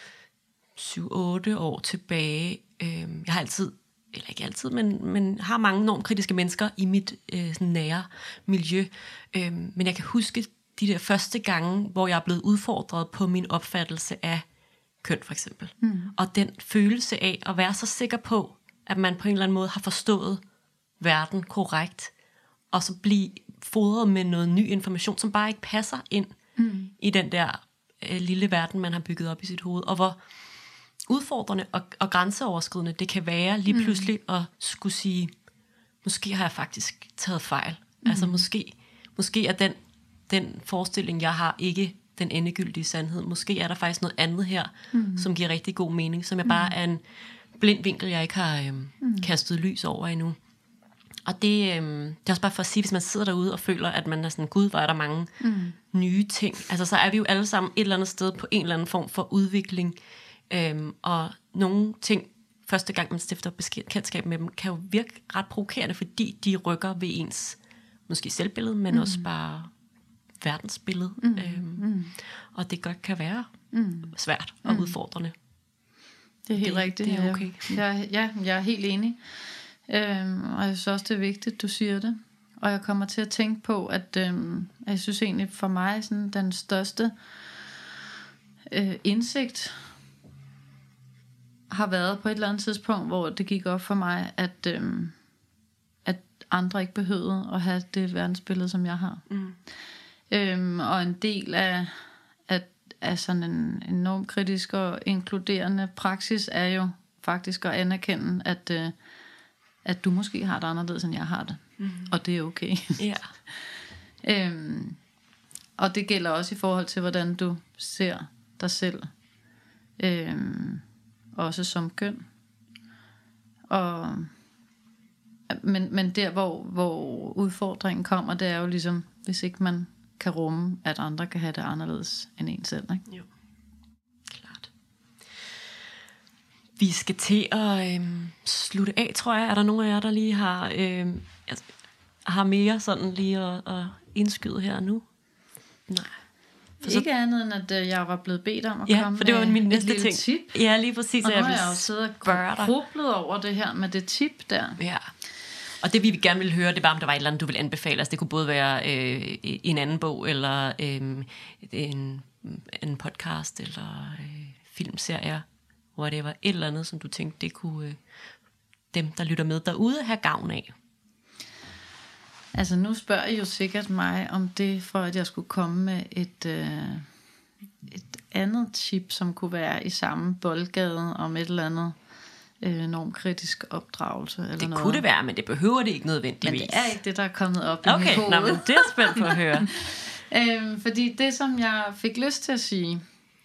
7-8 år tilbage. Jeg har altid, eller ikke altid, men har mange normkritiske mennesker i mit sådan nære miljø. Men jeg kan huske de der første gange, hvor jeg er blevet udfordret på min opfattelse af køn for eksempel. Og den følelse af at være så sikker på, at man på en eller anden måde har forstået verden korrekt, og så blive fodret med noget ny information, som bare ikke passer ind i den der lille verden, man har bygget op i sit hoved. Og hvor udfordrende og grænseoverskridende det kan være lige pludselig at skulle sige, måske har jeg faktisk taget fejl. Altså måske er den forestilling, jeg har, ikke den endegyldige sandhed. Måske er der faktisk noget andet her, som giver rigtig god mening, som jeg bare er en blind vinkel, jeg ikke har kastet lys over endnu. Og det er også bare for at sige, hvis man sidder derude og føler, at man er sådan, gud, hvor er der mange nye ting. Altså så er vi jo alle sammen et eller andet sted på en eller anden form for udvikling. Og nogle ting, første gang man stifter bekendtskab med dem, kan jo virke ret provokerende, fordi de rykker ved ens måske selvbillede, men også bare verdensbillede. Og det godt kan være svært og udfordrende. Det er helt rigtigt. Det er okay. Jeg er helt enig. Og jeg synes også, det er vigtigt, du siger det. Og jeg kommer til at tænke på, at jeg synes egentlig for mig, sådan, den største indsigt har været på et eller andet tidspunkt, hvor det gik op for mig, at andre ikke behøvede at have det verdensbillede, som jeg har. Og en del af sådan en enormt kritisk og inkluderende praksis er jo faktisk at anerkende, at du måske har det anderledes, end jeg har det. Og det er okay. Ja. Og det gælder også i forhold til, hvordan du ser dig selv. Også som køn. Men der, hvor udfordringen kommer, det er jo ligesom, hvis ikke man kan rumme, at andre kan have det anderledes end en selv, ikke? Jo, klart. Vi skal til at slutte af, tror jeg. Er der nogen af jer, der lige har mere sådan lige at indskyde her nu? Nej. Ikke andet end, at jeg var blevet bedt om at komme for det var min næste ting. Tip. Ja, lige præcis. Og nu har jeg jo siddet og grublet over det her med det tip der. Ja. Og det vi gerne ville høre, det var, om der var et eller andet, du ville anbefale. Altså det kunne både være en anden bog, eller en podcast, eller filmserier, whatever. Et eller andet, som du tænkte, det kunne dem, der lytter med derude, have gavn af. Altså nu spørger I jo sikkert mig om det, for at jeg skulle komme med et andet tip, som kunne være i samme boldgade om et eller andet normkritisk opdragelse eller det noget. Kunne det være, men det behøver det ikke nødvendigvis. Men det er ikke det, der er kommet op i mit hoved. Okay, men det er spændt på at høre. Fordi det, som jeg fik lyst til at sige,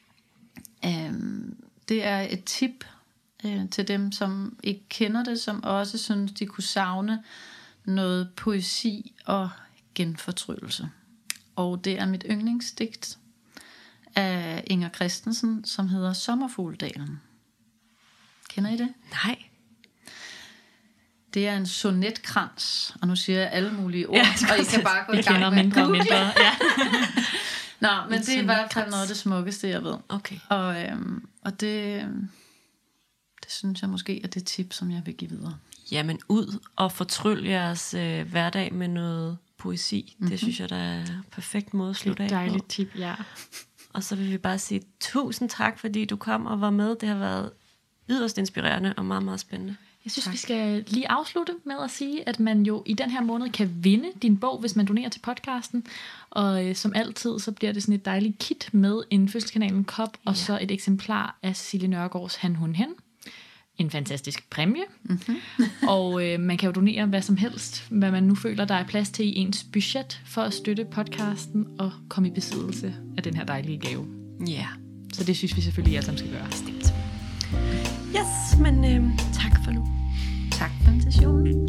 det er et tip til dem, som ikke kender det, som også synes, de kunne savne noget poesi og genfortryllelse. Og det er mit yndlingsdigt af Inger Christensen, som hedder Sommerfugledalen. Kender I det? Nej. Det er en sonetkrans, og nu siger jeg alle mulige ord, og I kan bare gå i gang med mindre og mindre. Ja. Nå, men det er i hvert fald noget af det smukkeste, jeg ved. Okay. Og det synes jeg måske er det tip, som jeg vil give videre. Jamen ud og fortryl jeres hverdag med noget poesi. Det synes jeg, der er en perfekt måde at slutte af på. Et dejligt tip, ja. Og så vil vi bare sige tusind tak, fordi du kom og var med. Det har været yderst inspirerende og meget, meget spændende. Jeg synes, vi skal lige afslutte med at sige, at man jo i den her måned kan vinde din bog, hvis man donerer til podcasten. Og som altid, så bliver det sådan et dejligt kit med en Fødselskanalen kop, og så et eksemplar af Cecilie Nørgaards Han, Hun, Hen. En fantastisk præmie. Og man kan jo donere hvad som helst, hvad man nu føler, der er plads til i ens budget, for at støtte podcasten og komme i besiddelse af den her dejlige gave. Ja. Så det synes vi selvfølgelig, at alle sammen skal gøre. Bestemt. Yes, men tak for nu. Tak for invitationen.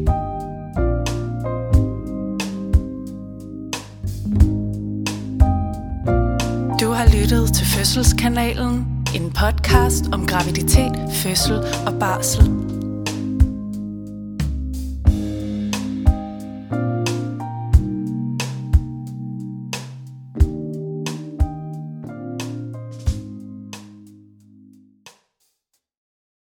Du har lyttet til Fødselskanalen, en podcast om graviditet, fødsel og barsel.